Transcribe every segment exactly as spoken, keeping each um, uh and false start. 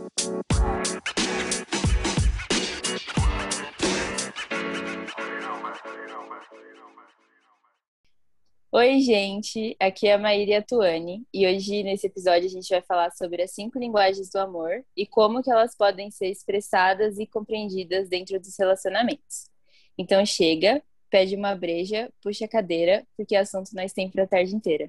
Oi, gente, aqui é a Maíra Tuani e hoje nesse episódio a gente vai falar sobre as cinco linguagens do amor e como que elas podem ser expressadas e compreendidas dentro dos relacionamentos. Então chega, pede uma breja, puxa a cadeira, porque assunto nós temos para a tarde inteira.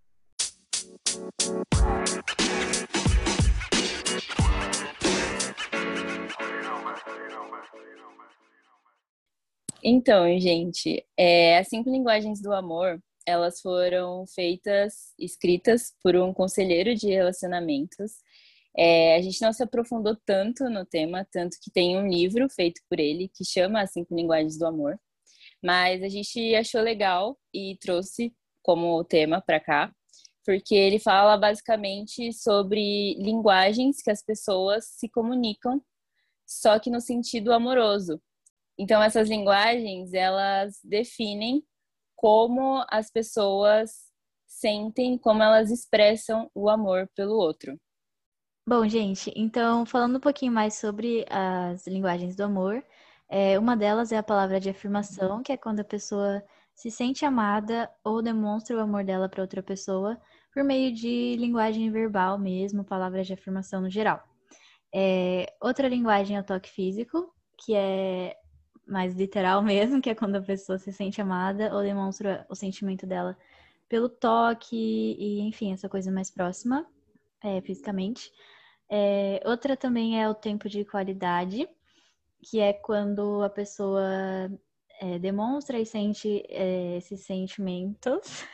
Então, gente, é, as cinco linguagens do amor, elas foram feitas, escritas por um conselheiro de relacionamentos. É, a gente não se aprofundou tanto no tema, tanto que tem um livro feito por ele que chama As Cinco Linguagens do Amor, mas a gente achou legal e trouxe como tema para cá, porque ele fala basicamente sobre linguagens que as pessoas se comunicam, só que no sentido amoroso. Então, essas linguagens, elas definem como as pessoas sentem, como elas expressam o amor pelo outro. Bom, gente, então falando um pouquinho mais sobre as linguagens do amor, é, uma delas é a palavra de afirmação, que é quando a pessoa se sente amada ou demonstra o amor dela para outra pessoa por meio de linguagem verbal mesmo, palavras de afirmação no geral. É, outra linguagem é o toque físico, que é mais literal mesmo, que é quando a pessoa se sente amada ou demonstra o sentimento dela pelo toque e, enfim, essa coisa mais próxima, é, fisicamente. É, outra também é o tempo de qualidade, que é quando a pessoa é, demonstra e sente é, esses sentimentos.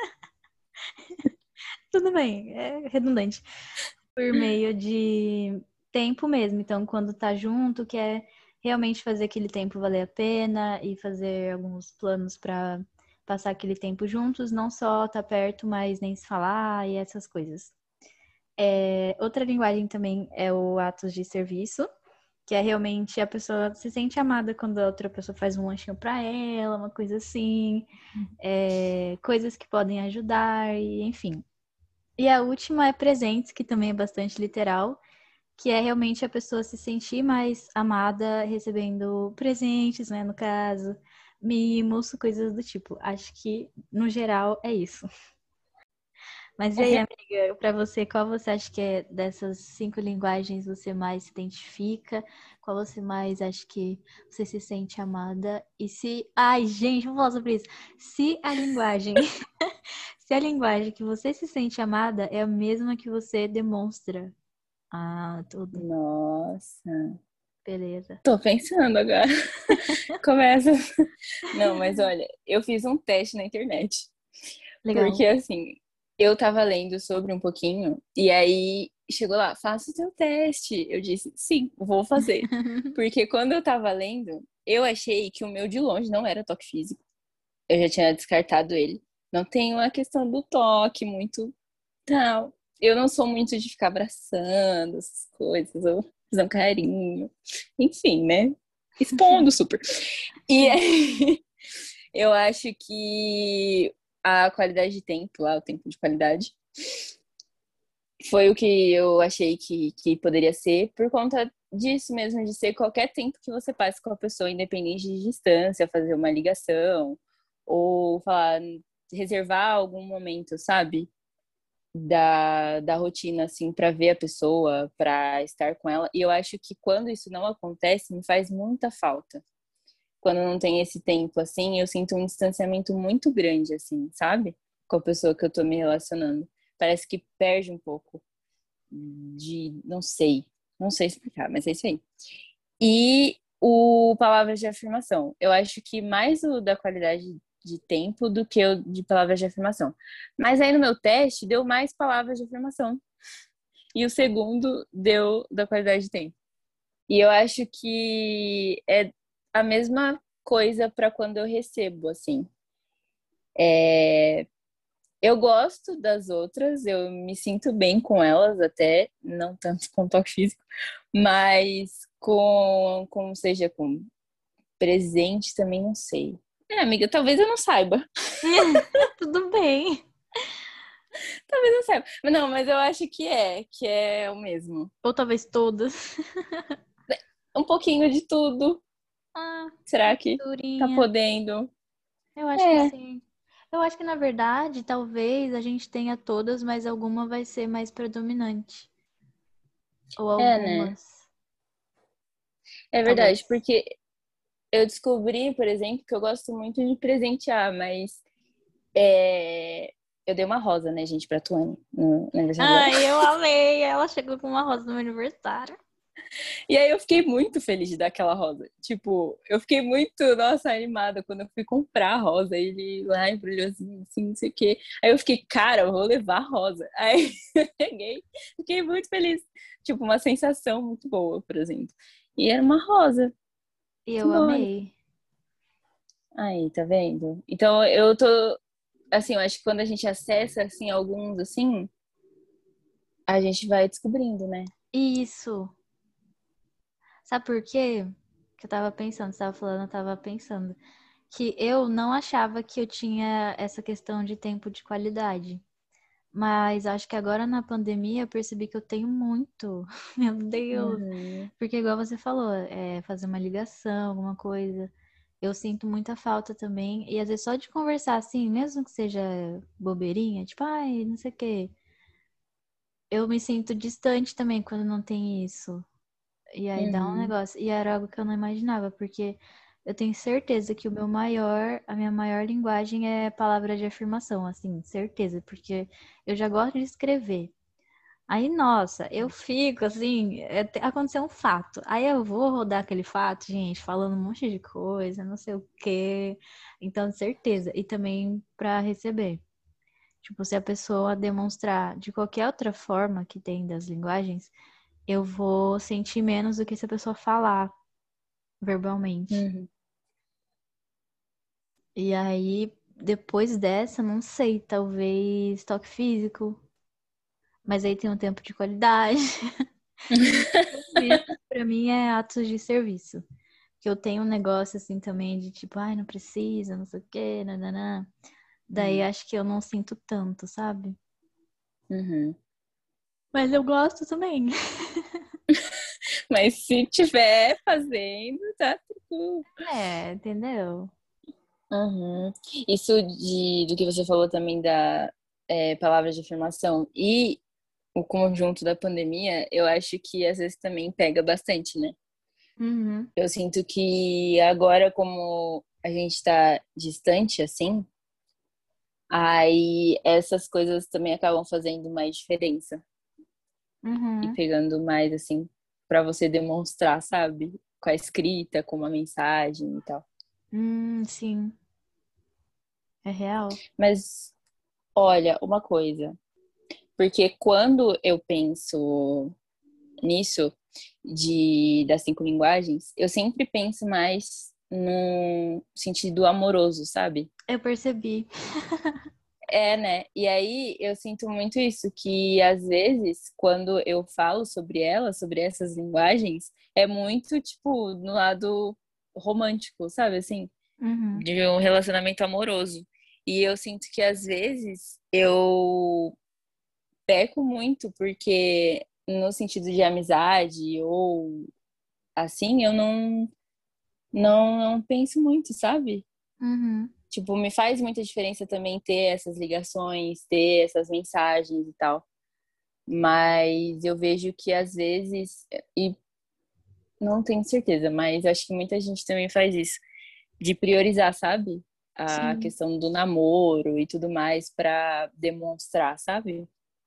Tudo bem, é redundante. Por meio de tempo mesmo. Então, quando tá junto, quer realmente fazer aquele tempo valer a pena e fazer alguns planos para passar aquele tempo juntos, não só tá perto, mas nem se falar e essas coisas. É, outra linguagem também é o atos de serviço, que é realmente a pessoa se sente amada quando a outra pessoa faz um lanchinho para ela, uma coisa assim, é, coisas que podem ajudar, e enfim. E a última é presentes, que também é bastante literal, que é realmente a pessoa se sentir mais amada recebendo presentes, né, no caso, mimos, coisas do tipo. Acho que, no geral, é isso. Mas e aí, amiga, pra você, qual você acha que é dessas cinco linguagens você mais se identifica? Qual você mais acha que você se sente amada? E se... Ai, gente, vamos falar sobre isso. Se a linguagem... se a linguagem que você se sente amada é a mesma que você demonstra. Ah, tudo. Nossa, Beleza. tô pensando agora. Começa. Não, mas olha, eu fiz um teste na internet. Legal. Porque assim, eu tava lendo sobre um pouquinho, e aí chegou lá, faça o teu teste. Eu disse, sim, vou fazer. Porque quando eu tava lendo, eu achei que o meu de longe não era toque físico. Eu já tinha descartado ele. Não tem uma questão do toque muito tal. Eu não sou muito de ficar abraçando essas coisas, ou fazendo carinho. Enfim, né? Expondo super. E Sim. aí, eu acho que a qualidade de tempo, lá, o tempo de qualidade, foi o que eu achei que, que poderia ser, por conta disso mesmo, de ser qualquer tempo que você passe com a pessoa, independente de distância, fazer uma ligação, ou falar, reservar algum momento, sabe? Da, da rotina, assim, para ver a pessoa, para estar com ela. E eu acho que quando isso não acontece, me faz muita falta. Quando não tem esse tempo, assim, eu sinto um distanciamento muito grande, assim, sabe? Com a pessoa que eu tô me relacionando. Parece que perde um pouco de, não sei, não sei explicar, mas é isso aí. E o palavras de afirmação. Eu acho que mais o da qualidade de tempo do que o de palavras de afirmação. Mas aí no meu teste deu mais palavras de afirmação. E o segundo deu da qualidade de tempo. E eu acho que é a mesma coisa para quando eu recebo, assim. É... Eu gosto das outras, eu me sinto bem com elas, até, não tanto com toque físico, mas com, com seja com presente também não sei. É, amiga, talvez eu não saiba. Tudo bem. Talvez não saiba. Mas não, mas eu acho que é, que é o mesmo. Ou talvez todas. Um pouquinho de tudo. Ah, Será que tá durinha. podendo? Eu acho que É, sim. Eu acho que, na verdade, talvez a gente tenha todas, mas alguma vai ser mais predominante. Ou é, né? algumas, É verdade, talvez. porque eu descobri, por exemplo, que eu gosto muito de presentear, mas é, eu dei uma rosa, né, gente, pra Tuane no, no aniversário dela. Ai, eu amei! Ela chegou com uma rosa no meu aniversário. E aí eu fiquei muito feliz de dar aquela rosa. Tipo, eu fiquei muito, nossa, animada quando eu fui comprar a rosa. Ele lá embrulhou assim, assim, não sei o quê. Aí eu fiquei, cara, eu vou levar a rosa. Aí eu peguei, fiquei muito feliz. Tipo, uma sensação muito boa, por exemplo. E era uma rosa, E eu simbólica. amei. Aí, tá vendo? Então eu tô, assim, eu acho que quando a gente acessa, assim, alguns, assim, a gente vai descobrindo, né? Isso. Sabe por quê? Que eu tava pensando, você tava falando, eu tava pensando. Que eu não achava que eu tinha essa questão de tempo de qualidade. Mas acho que agora na pandemia eu percebi que eu tenho muito. Meu Deus. Uhum, Porque igual você falou, é fazer uma ligação, alguma coisa. Eu sinto muita falta também. E às vezes só de conversar assim, mesmo que seja bobeirinha, tipo, ai, não sei o quê. Eu me sinto distante também quando não tem isso. E aí dá um uhum, negócio. E era algo que eu não imaginava, porque eu tenho certeza que o meu maior, a minha maior linguagem é palavra de afirmação, assim, certeza, porque eu já gosto de escrever. Aí, nossa, eu fico assim, é, te- aconteceu um fato. Aí eu vou rodar aquele fato, gente, falando um monte de coisa, não sei o quê. Então, certeza. E também para receber. Tipo, se a pessoa demonstrar de qualquer outra forma que tem das linguagens, eu vou sentir menos do que se a pessoa falar verbalmente. uhum. E aí, depois dessa, não sei, talvez toque físico, mas aí tem um tempo de qualidade. Tudo isso, pra mim, é atos de serviço. Que eu tenho um negócio assim também de tipo, ai, não precisa, não sei o quê, nananã. Daí Uhum. acho que eu não sinto tanto, sabe? Uhum. Mas eu gosto também. Mas se tiver fazendo, tá tudo. É, entendeu? Uhum. Isso de, do que você falou também da é, palavra de afirmação e o conjunto da pandemia, eu acho que às vezes também pega bastante, né? Uhum. Eu sinto que agora, como a gente tá distante, assim, aí essas coisas também acabam fazendo mais diferença e Uhum. pegando mais, assim, pra você demonstrar, sabe? Com a escrita, com uma mensagem e tal. Hum, sim. É real. Mas olha, uma coisa, porque quando eu penso nisso de das cinco linguagens, eu sempre penso mais no sentido amoroso, sabe? Eu percebi. É, né? E aí eu sinto muito isso, que às vezes, quando eu falo sobre elas, sobre essas linguagens, é muito, tipo, no lado romântico, sabe? Assim, Uhum. de um relacionamento amoroso. E eu sinto que às vezes eu peco muito, porque no sentido de amizade ou assim, eu não, não, não penso muito, sabe? Uhum. Tipo, me faz muita diferença também ter essas ligações, ter essas mensagens e tal. Mas eu vejo que às vezes, e não tenho certeza, mas acho que muita gente também faz isso, de priorizar, sabe? A Sim. questão do namoro e tudo mais pra demonstrar, sabe?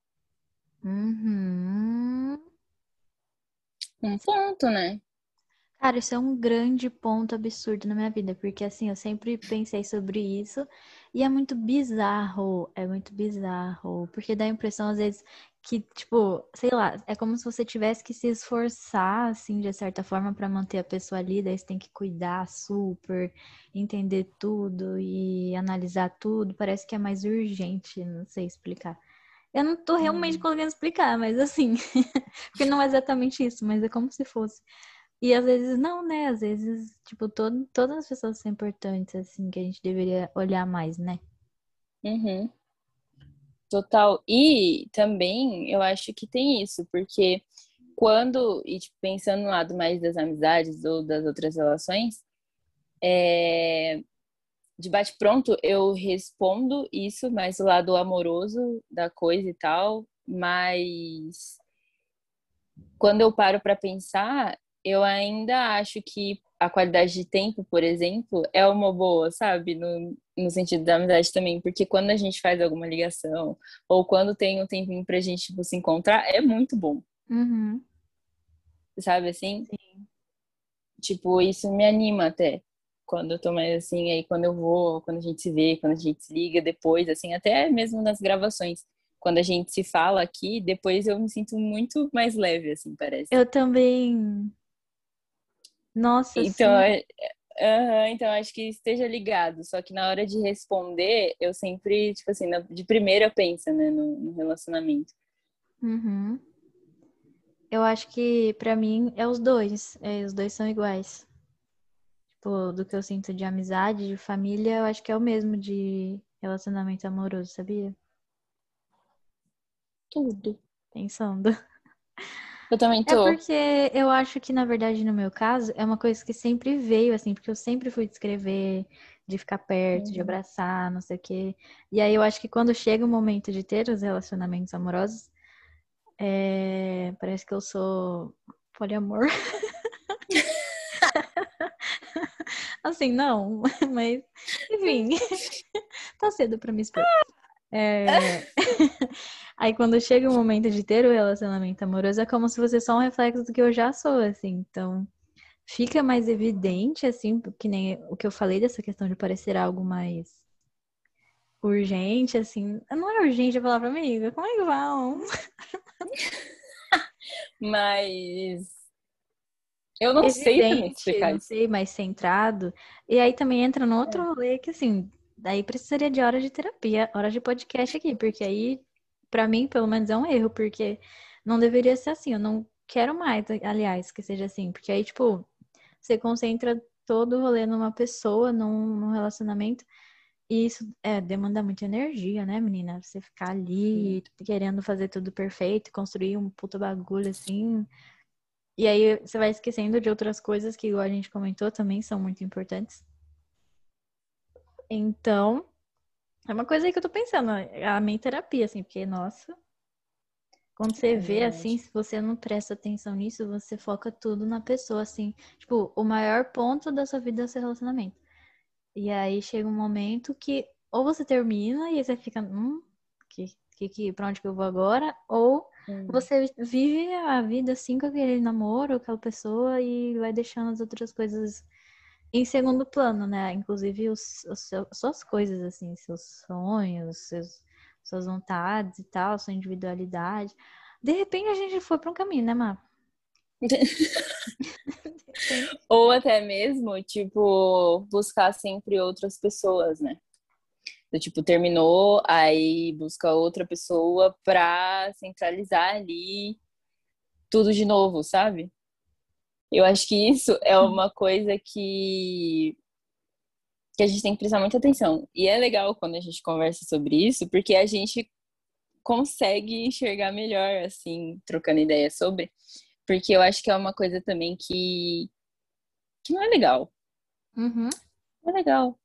Uhum. Um ponto, né? Cara, isso é um grande ponto absurdo na minha vida, porque assim, eu sempre pensei sobre isso e é muito bizarro, é muito bizarro, porque dá a impressão às vezes que, tipo, sei lá, é como se você tivesse que se esforçar, assim, de certa forma, pra manter a pessoa ali, daí você tem que cuidar super, entender tudo e analisar tudo, parece que é mais urgente, não sei explicar. Eu não tô realmente Uhum. conseguindo explicar, mas assim, porque não é exatamente isso, mas é como se fosse. E às vezes não, né? Às vezes, tipo, todo, todas as pessoas são importantes, assim, que a gente deveria olhar mais, né? Uhum. Total. E também eu acho que tem isso, porque quando, e tipo, pensando no lado mais das amizades ou das outras relações, é, de bate-pronto eu respondo isso, mais o lado amoroso da coisa e tal, mas quando eu paro para pensar, eu ainda acho que a qualidade de tempo, por exemplo, é uma boa, sabe? No, no sentido da amizade também, porque quando a gente faz alguma ligação, ou quando tem um tempinho pra gente, tipo, se encontrar, é muito bom, Uhum. sabe assim? Sim. Tipo, isso me anima até. Quando eu tô mais assim, aí quando eu vou, quando a gente se vê, quando a gente se liga depois, assim, até mesmo nas gravações. Quando a gente se fala aqui, depois eu me sinto muito mais leve, assim, parece. Eu também. Nossa, Então, sim. é- aham, então acho que esteja ligado. Só que na hora de responder, eu sempre, tipo assim, na- de primeira pensa, né, no, no relacionamento. Uhum. Eu acho que pra mim é os dois. É, os dois são iguais. Tipo, do que eu sinto de amizade, de família, eu acho que é o mesmo de relacionamento amoroso, sabia? Tudo. Pensando. Eu também É tô. porque eu acho que, na verdade, no meu caso, é uma coisa que sempre veio, assim, porque eu sempre fui de escrever, de ficar perto, de Uhum. abraçar, não sei o quê. E aí eu acho que quando chega o momento de ter os relacionamentos amorosos, é... parece que eu sou poliamor. Assim, não, mas, enfim, tá cedo pra me expor. É... Aí quando chega o momento de ter o relacionamento amoroso, é como se fosse só um reflexo do que eu já sou, assim. Então, fica mais evidente, assim, que nem o que eu falei dessa questão de parecer algo mais urgente, assim. Não é urgente a palavra, amiga. Como é que vão? Mas eu não sei também Evidente, explicar não isso. sei, mais centrado. E aí também entra no outro rolê que, assim, daí precisaria de horas de terapia, horas de podcast aqui, porque aí, pra mim, pelo menos é um erro, porque não deveria ser assim. Eu não quero mais, aliás, que seja assim, porque aí, tipo, você concentra todo o rolê numa pessoa, num, num relacionamento. E isso é, demanda muita energia, né, menina? Você ficar ali querendo fazer tudo perfeito, construir um puta bagulho assim. E aí você vai esquecendo de outras coisas que, igual a gente comentou, também são muito importantes. Então, é uma coisa aí que eu tô pensando, a minha terapia, assim, porque, nossa, quando você É vê assim, verdade. se você não presta atenção nisso, você foca tudo na pessoa, assim. Tipo, o maior ponto da sua vida é o seu relacionamento. E aí chega um momento que ou você termina e aí você fica, hum, que, que, que, pra onde que eu vou agora? Ou Hum. você vive a vida assim com aquele namoro, aquela pessoa e vai deixando as outras coisas em segundo plano, né? Inclusive os, os seu- suas coisas, assim, seus sonhos, seus, suas vontades e tal, sua individualidade. De repente a gente foi pra um caminho, né, Má? De repente. Ou até mesmo, tipo, buscar sempre outras pessoas, né? Do tipo, terminou, aí busca outra pessoa pra centralizar ali tudo de novo, sabe? Eu acho que isso é uma coisa que, que a gente tem que prestar muita atenção. E é legal quando a gente conversa sobre isso, porque a gente consegue enxergar melhor, assim, trocando ideia sobre. Porque eu acho que é uma coisa também que, que não é legal. Uhum. Não é legal.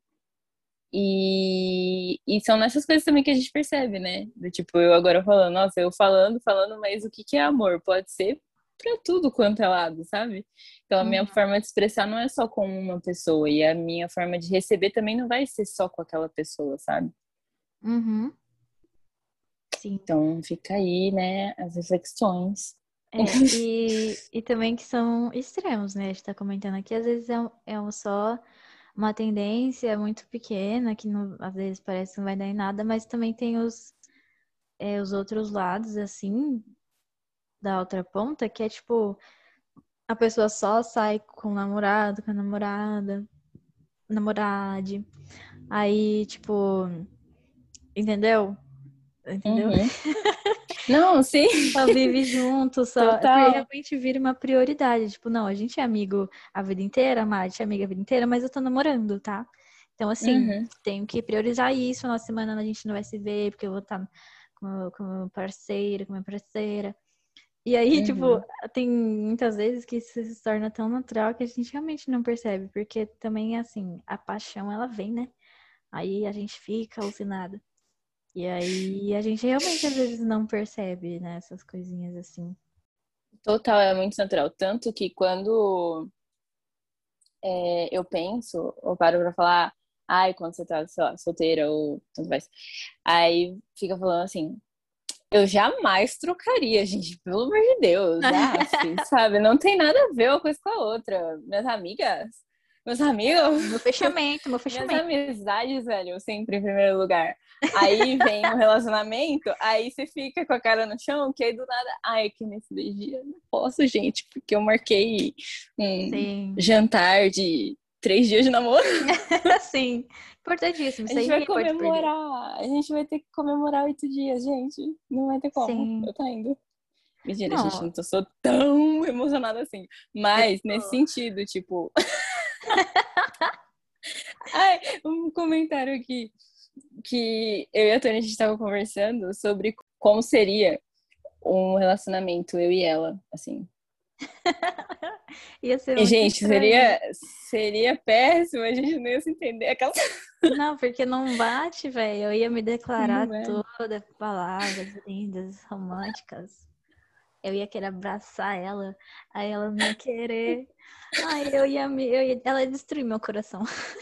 E, e são nessas coisas também que a gente percebe, né? Do tipo, eu agora falando, nossa, eu falando, falando, mas o que que é amor? Pode ser pra tudo quanto é lado, sabe? Então a minha Uhum. forma de expressar não é só com uma pessoa, e a minha forma de receber também não vai ser só com aquela pessoa, sabe? Uhum. Sim. Então fica aí, né, as reflexões. É, e, e também que são extremos, né? A gente tá comentando aqui, às vezes é, um- é um só uma tendência muito pequena, que não- às vezes parece que não vai dar em nada, mas também tem os, é, os outros lados, assim, da outra ponta, que é tipo, a pessoa só sai com o namorado, com a namorada, namorade, aí, tipo, entendeu? Entendeu? Uhum. Não, sim, Só vive junto, só. Porque total. realmente vira uma prioridade. Tipo, não, a gente é amigo a vida inteira, Mari, a gente é amiga a vida inteira, mas eu tô namorando, tá? Então, assim, Uhum. tenho que priorizar isso. Na semana a gente não vai se ver, porque eu vou estar com meu, com meu parceiro, com minha parceira. E aí, tipo, Uhum. tem muitas vezes que isso se torna tão natural que a gente realmente não percebe. Porque também, assim, a paixão, ela vem, né? Aí a gente fica alucinado. E aí a gente realmente às vezes não percebe, né? Essas coisinhas assim. Total, é muito natural. Tanto que quando é, eu penso, ou paro pra falar, ai, quando você tá, sei lá, solteira ou tanto faz. Aí fica falando assim, eu jamais trocaria, gente, pelo amor de Deus, ah, assim, sabe? Não tem nada a ver uma coisa com a outra. Minhas amigas, meus amigos, Meu fechamento, meu minhas fechamento. amizades, velho, sempre em primeiro lugar. Aí vem o relacionamento, aí você fica com a cara no chão, que aí do nada, ai, que nesse dia eu não posso, gente, porque eu marquei um Sim. jantar de três dias de namoro. Sim. Importantíssimo. A Isso aí gente vai ninguém pode perder. comemorar, a gente vai ter que comemorar oito dias, gente. Não vai ter como. Sim. Eu tô indo. Mentira, gente, Não, não tô, sou tão emocionada assim. eu Mas nesse tô... sentido, tipo. Ai, um comentário aqui que eu e a Tônia a gente tava conversando sobre como seria um relacionamento, eu e ela, assim. Ia ser E, muito gente, estranho. seria, seria péssimo, a gente não ia se entender. Aquela... Não, porque não bate, velho. Eu ia me declarar Não é? toda palavras lindas, românticas. Eu ia querer abraçar ela, aí ela não ia querer. Aí eu ia me. Eu ia... Ela ia destruir meu coração.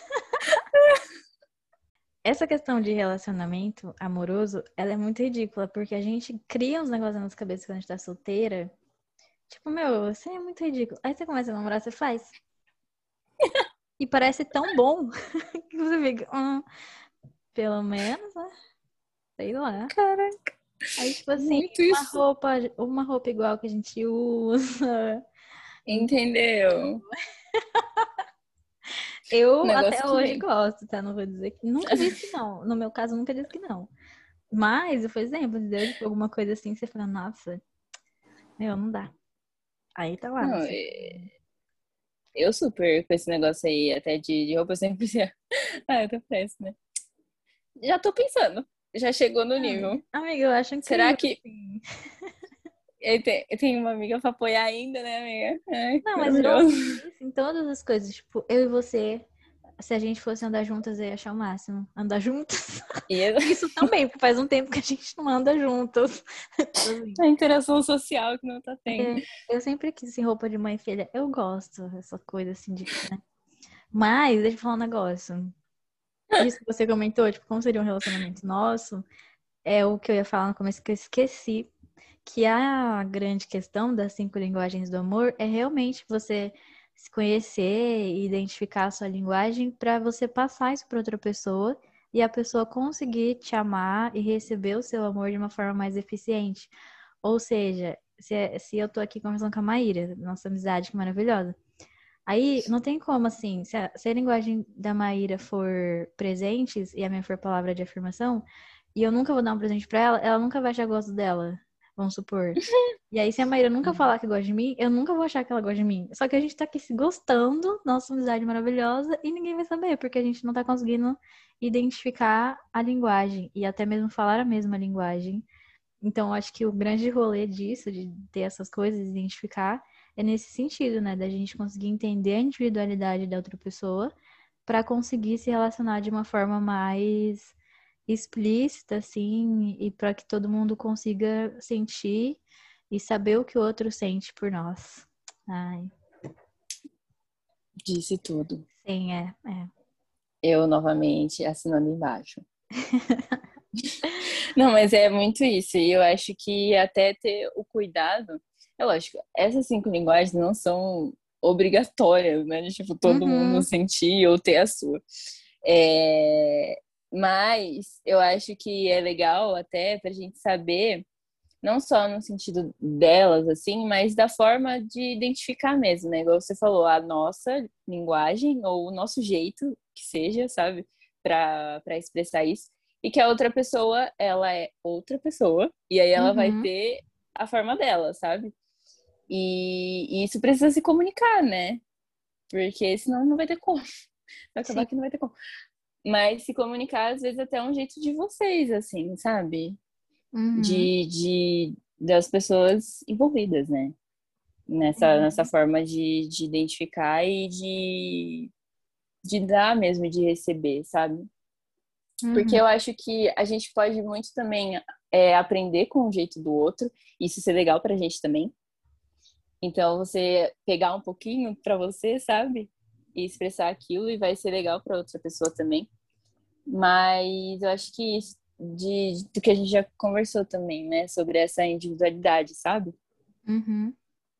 Essa questão de relacionamento amoroso, ela é muito ridícula, porque a gente cria uns negócios na nossa cabeça quando a gente tá solteira. Tipo, meu, você é muito ridículo. Aí você começa a namorar, você faz. E parece tão bom que você fica, hum, pelo menos, né? Sei lá. Caraca, Aí, tipo assim, muito uma isso. roupa, uma roupa igual que a gente usa. Entendeu? Eu Negócio até que hoje vem. gosto, tá? Não vou dizer que. Nunca disse que não. No meu caso, nunca disse que não. Mas, por exemplo, deu tipo alguma coisa assim, você fala, nossa, meu, não dá. Aí tá lá, Não, você. é- eu super com esse negócio aí, até de, de roupa, eu sempre pensei, ah, eu tô péssima, né? Já tô pensando, já chegou no Ai, nível. amiga, eu acho Será incrível, que assim. eu te- eu tenho uma amiga pra apoiar ainda, né, amiga? Ai, Não, mas eu maravilhoso. acho isso em todas as coisas. Tipo, eu e você, se a gente fosse andar juntas, eu ia achar o máximo. Andar juntas? E eu- Isso também, porque faz um tempo que a gente não anda juntas. Tipo assim, a interação social que não tá tendo. é, eu sempre quis assim, roupa de mãe e filha. Eu gosto dessa coisa assim de, né? Mas, deixa eu falar um negócio. Isso que você comentou, tipo, como seria um relacionamento nosso, é o que eu ia falar no começo que eu esqueci. Que a grande questão das cinco linguagens do amor é realmente você se conhecer e identificar a sua linguagem para você passar isso para outra pessoa e a pessoa conseguir te amar e receber o seu amor de uma forma mais eficiente. Ou seja, se, se eu tô aqui conversando com a Maíra, nossa amizade que maravilhosa. Aí não tem como assim, se a, se a linguagem da Maíra for presentes e a minha for palavra de afirmação, e eu nunca vou dar um presente pra ela, ela nunca vai achar gosto dela, vamos supor. E aí, se a Maíra nunca falar que gosta de mim, eu nunca vou achar que ela gosta de mim. Só que a gente tá aqui se gostando, nossa amizade maravilhosa, e ninguém vai saber, porque a gente não tá conseguindo identificar a linguagem e até mesmo falar a mesma linguagem. Então, eu acho que o grande rolê disso, de ter essas coisas, identificar, é nesse sentido, né? Da gente conseguir entender a individualidade da outra pessoa para conseguir se relacionar de uma forma mais explícita, assim, e para que todo mundo consiga sentir e saber o que o outro sente por nós. Ai, Disse tudo. sim, é, é. Eu novamente assinando embaixo. Não, mas é muito isso. E eu acho que até ter o cuidado. É lógico, essas cinco linguagens não são obrigatórias, né? De, tipo, todo mundo Uhum, sentir ou ter a sua. É... Mas eu acho que é legal até pra gente saber, não só no sentido delas, assim, mas da forma de identificar mesmo, né? Igual você falou, a nossa linguagem ou o nosso jeito que seja, sabe? Pra, pra expressar isso. E que a outra pessoa, ela é outra pessoa, e aí ela vai uhum, ter a forma dela, sabe? E, e isso precisa se comunicar, né? Porque senão não vai ter como. Vai sim. acabar que não vai ter como. mas se comunicar, às vezes, até é um jeito de vocês, assim, sabe? Uhum, De, de, das pessoas envolvidas, né? Nessa, nessa uhum, forma de, de identificar e de, de dar mesmo, de receber, sabe? Porque uhum, eu acho que a gente pode muito também é, aprender com o jeito do outro, isso ser legal pra gente também. Então, você pegar um pouquinho pra você, sabe? E expressar aquilo e vai ser legal pra outra pessoa também. Mas eu acho que isso de, do que a gente já conversou também, né? Sobre essa individualidade, sabe? uhum.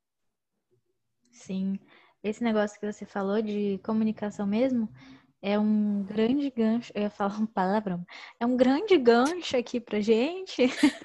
Sim. Esse negócio que você falou de comunicação mesmo é um grande gancho. Eu ia falar um palavrão. É um grande gancho aqui pra gente,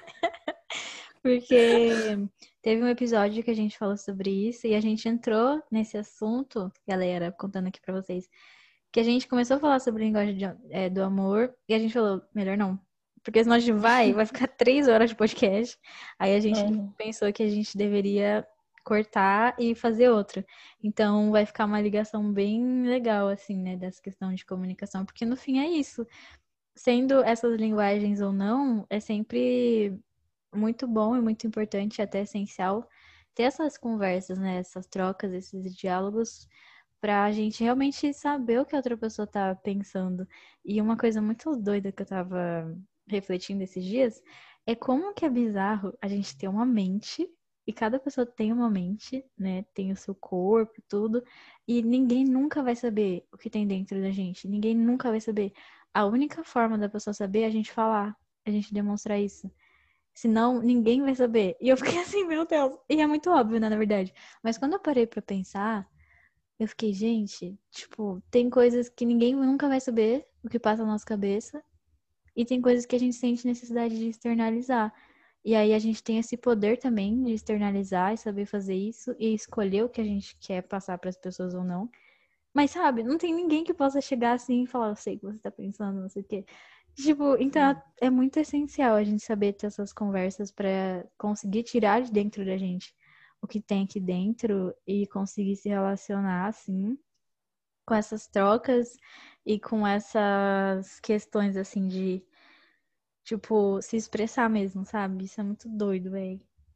porque teve um episódio que a gente falou sobre isso e a gente entrou nesse assunto, galera, contando aqui pra vocês, que a gente começou a falar sobre linguagem de- é, do amor e a gente falou, melhor não. Porque senão a gente vai, vai ficar três horas de podcast. Aí a gente Uhum. pensou que a gente deveria cortar e fazer outra. Então vai ficar uma ligação bem legal, assim, né, dessa questão de comunicação. Porque no fim é isso. Sendo essas linguagens ou não, é sempre muito bom e muito importante, até essencial, ter essas conversas, né? Essas trocas, esses diálogos, pra gente realmente saber o que a outra pessoa tá pensando. E uma coisa muito doida que eu tava refletindo esses dias é como que é bizarro a gente ter uma mente. E cada pessoa tem uma mente, né? Tem o seu corpo, e tudo. E ninguém nunca vai saber o que tem dentro da gente. Ninguém nunca vai saber. A única forma da pessoa saber é a gente falar, a gente demonstrar isso. Senão, ninguém vai saber. E eu fiquei assim, meu Deus. E é muito óbvio, né, na verdade. Mas quando eu parei pra pensar, eu fiquei, gente, tipo, tem coisas que ninguém nunca vai saber o que passa na nossa cabeça. E tem coisas que a gente sente necessidade de externalizar. E aí a gente tem esse poder também de externalizar e saber fazer isso e escolher o que a gente quer passar para as pessoas ou não. Mas sabe, não tem ninguém que possa chegar assim e falar, eu sei o que você tá pensando, não sei o quê. Tipo, então é muito essencial a gente saber ter essas conversas para conseguir tirar de dentro da gente o que tem aqui dentro e conseguir se relacionar assim com essas trocas e com essas questões assim de, tipo, se expressar mesmo, sabe? Isso é muito doido, velho.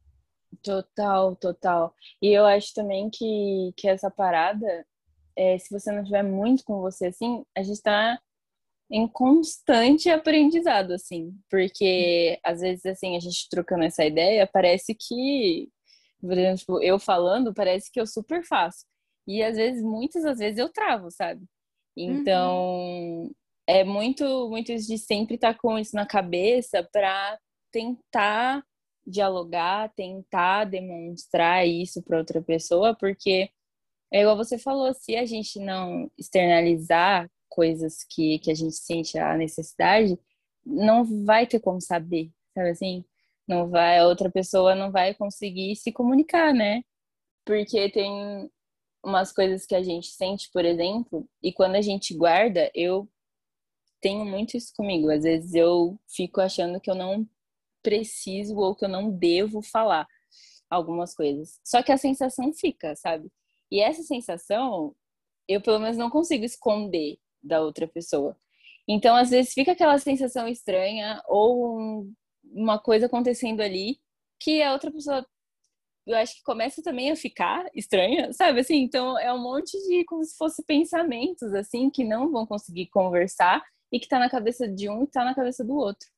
Total, total. E eu acho também que, que essa parada, é, se você não tiver muito com você, assim, a gente tá em constante aprendizado, assim. Porque, às vezes, assim, a gente trocando essa ideia, parece que, por exemplo, tipo, eu falando, parece que eu super faço. E, às vezes, muitas das vezes eu travo, sabe? Uhum. Então, é muito, muito isso de sempre estar com isso na cabeça para tentar dialogar, tentar demonstrar isso para outra pessoa, porque é igual você falou, se a gente não externalizar coisas que, que a gente sente a necessidade, não vai ter como saber, sabe assim? Não vai, a outra pessoa não vai conseguir se comunicar, né? Porque tem umas coisas que a gente sente, por exemplo, e quando a gente guarda, eu tenho muito isso comigo. Às vezes eu fico achando que eu não preciso ou que eu não devo falar algumas coisas. Só que a sensação fica, sabe? E essa sensação, eu pelo menos não consigo esconder da outra pessoa. Então, às vezes fica aquela sensação estranha ou um- uma coisa acontecendo ali que a outra pessoa, eu acho que começa também a ficar estranha, sabe? Assim, então é um monte de como se fosse pensamentos assim que não vão conseguir conversar e que tá na cabeça de um e tá na cabeça do outro.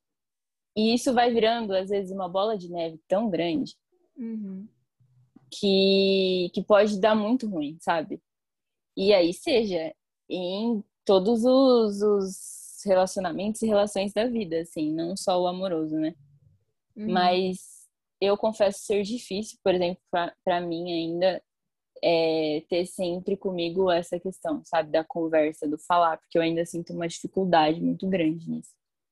E isso vai virando às vezes uma bola de neve tão grande Uhum. que que pode dar muito ruim, sabe? E aí seja em todos os, os relacionamentos e relações da vida, assim, não só o amoroso, né? Uhum. Mas eu confesso ser difícil, por exemplo, para mim ainda, é, ter sempre comigo essa questão, sabe, da conversa, do falar, porque eu ainda sinto uma dificuldade muito grande nisso.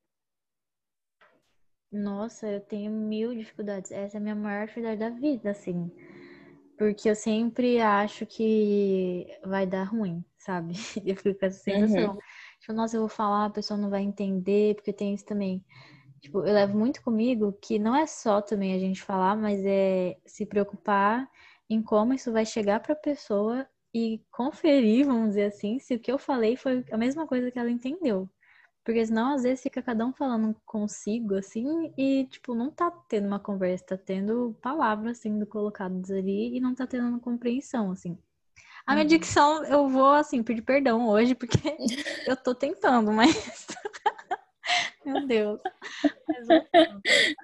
Nossa, eu tenho mil dificuldades. Essa é a minha maior dificuldade da vida, assim. Porque eu sempre acho que vai dar ruim, sabe? Eu fico com essa sensação. Uhum, Tipo, nossa, eu vou falar, a pessoa não vai entender, porque tem isso também. Tipo, eu levo muito comigo que não é só também a gente falar, mas é se preocupar em como isso vai chegar pra pessoa e conferir, vamos dizer assim, se o que eu falei foi a mesma coisa que ela entendeu. Porque senão, às vezes, fica cada um falando consigo, assim, e, tipo, não tá tendo uma conversa, tá tendo palavras sendo colocadas ali e não tá tendo uma compreensão, assim. A minha Uhum. dicção, eu vou, assim, pedir perdão hoje, porque eu tô tentando, mas... Meu Deus. Mas voltando.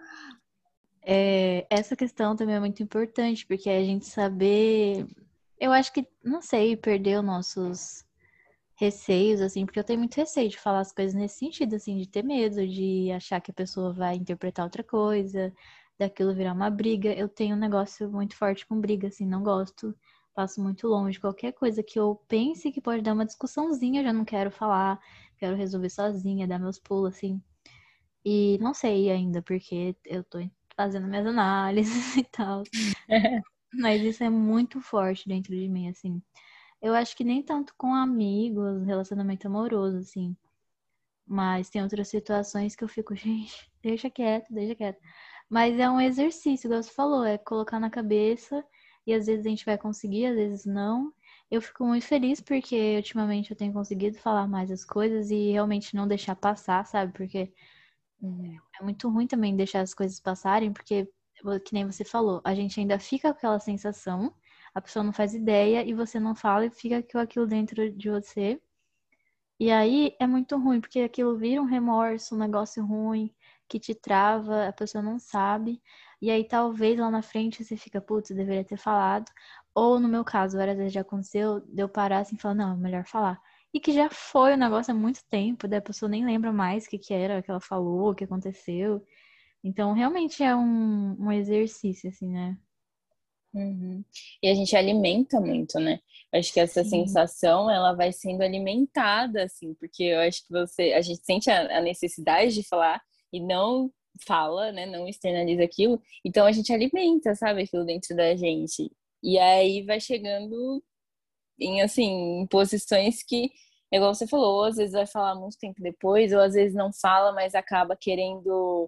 É, essa questão também é muito importante, porque a gente saber... Eu acho que, não sei, perdeu nossos receios, assim, porque eu tenho muito receio de falar as coisas nesse sentido, assim, de ter medo, de achar que a pessoa vai interpretar outra coisa, daquilo virar uma briga. Eu tenho um negócio muito forte com briga, assim, não gosto, passo muito longe. Qualquer coisa que eu pense que pode dar uma discussãozinha, eu já não quero falar, quero resolver sozinha, dar meus pulos, assim. E não sei ainda, porque eu tô fazendo minhas análises e tal. Mas isso é muito forte dentro de mim, assim. Eu acho que nem tanto com amigos, relacionamento amoroso, assim. Mas tem outras situações que eu fico, gente, deixa quieto, deixa quieto. Mas é um exercício, igual você falou, é colocar na cabeça e às vezes a gente vai conseguir, às vezes não. Eu fico muito feliz porque ultimamente eu tenho conseguido falar mais as coisas e realmente não deixar passar, sabe? Porque Uhum. é muito ruim também deixar as coisas passarem, porque, que nem você falou, a gente ainda fica com aquela sensação, a pessoa não faz ideia e você não fala e fica com aquilo dentro de você. E aí é muito ruim, porque aquilo vira um remorso, um negócio ruim, que te trava, a pessoa não sabe. E aí talvez lá na frente você fica, putz, eu deveria ter falado. Ou no meu caso, várias vezes já aconteceu, de eu parar assim e falar, não, é melhor falar. E que já foi o negócio há muito tempo, daí a pessoa nem lembra mais o que que era que ela falou, o que aconteceu. Então, realmente é um, um exercício, assim, né? Uhum. E a gente alimenta muito, né? Acho que essa Sim. sensação ela vai sendo alimentada, assim, porque eu acho que você, a gente sente a, a necessidade de falar e não fala, né? Não externaliza aquilo, então a gente alimenta, sabe, aquilo dentro da gente. E aí vai chegando em assim, em posições que, igual você falou, ou às vezes vai falar muito tempo depois, ou às vezes não fala, mas acaba querendo,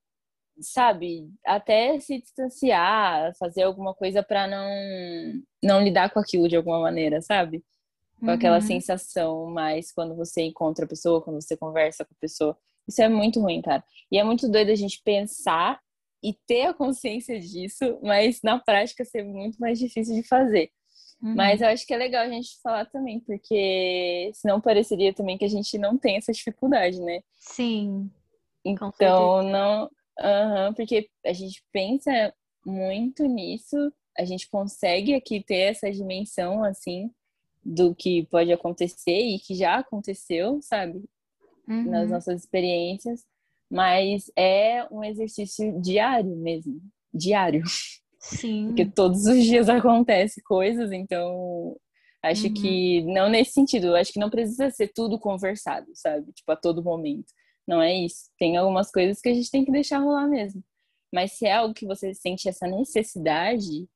sabe, até se distanciar, fazer alguma coisa para não não lidar com aquilo de alguma maneira, sabe? Com aquela Uhum. sensação, mas quando você encontra a pessoa, quando você conversa com a pessoa, isso é muito ruim, cara. E é muito doido a gente pensar e ter a consciência disso, mas na prática ser muito mais difícil de fazer. Mas Uhum. eu acho que é legal a gente falar também, porque senão pareceria também que a gente não tem essa dificuldade, né? Sim, com certeza. Então, não. Aham, porque a gente pensa muito nisso, a gente consegue aqui ter essa dimensão, assim, do que pode acontecer e que já aconteceu, sabe? Nas Uhum. nossas experiências, mas é um exercício diário mesmo, diário, porque Sim. todos os dias acontece coisas, então acho Uhum. que não nesse sentido, acho que não precisa ser tudo conversado, sabe? Tipo, a todo momento. Não é isso. Tem algumas coisas que a gente tem que deixar rolar mesmo. Mas se é algo que você sente essa necessidade,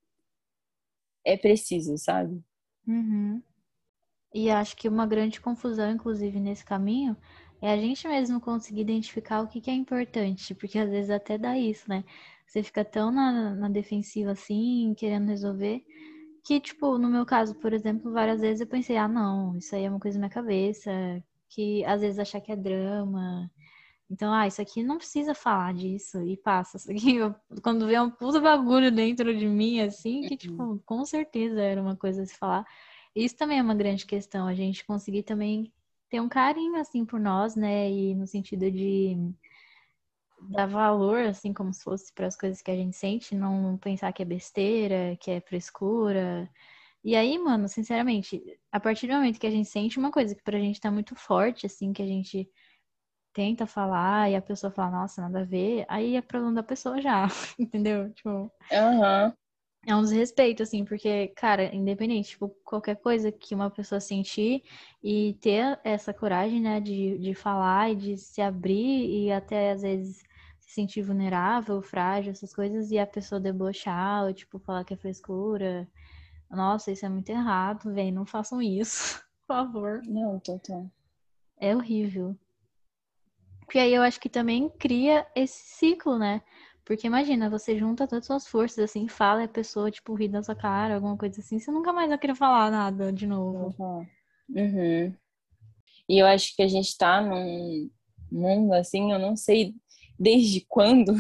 é preciso, sabe? Uhum. E acho que uma grande confusão, inclusive, nesse caminho, é a gente mesmo conseguir identificar o que que é importante, porque às vezes até dá isso, né? Você fica tão na, na defensiva assim, querendo resolver, que, tipo, no meu caso, por exemplo, várias vezes eu pensei, ah, não, isso aí é uma coisa na minha cabeça, que às vezes achar que é drama. Então, ah, isso aqui não precisa falar disso e passa. Isso aqui, eu- quando vê um puta bagulho dentro de mim, assim, que, Uhum. tipo, com certeza era uma coisa a se falar. Isso também é uma grande questão, a gente conseguir também ter um carinho, assim, por nós, né? E no sentido de dar valor, assim, como se fosse para as coisas que a gente sente, não pensar que é besteira, que é frescura. E aí, mano, sinceramente, a partir do momento que a gente sente uma coisa que pra gente tá muito forte, assim, que a gente tenta falar e a pessoa fala, nossa, nada a ver, aí é problema da pessoa já, entendeu? Tipo, Aham. é um desrespeito, assim, porque, cara, independente, tipo, qualquer coisa que uma pessoa sentir e ter essa coragem, né, de, de falar e de se abrir e até às vezes se sentir vulnerável, frágil, essas coisas, e a pessoa debochar ou, tipo, falar que é frescura. Nossa, isso é muito errado, velho, não façam isso, por favor. Não, total. É horrível. Porque aí eu acho que também cria esse ciclo, né? Porque imagina, você junta todas as suas forças, assim, fala e a pessoa, tipo, ri da sua cara, alguma coisa assim, você nunca mais vai querer falar nada de novo. Uhum. Uhum. E eu acho que a gente tá num mundo assim, eu não sei desde quando,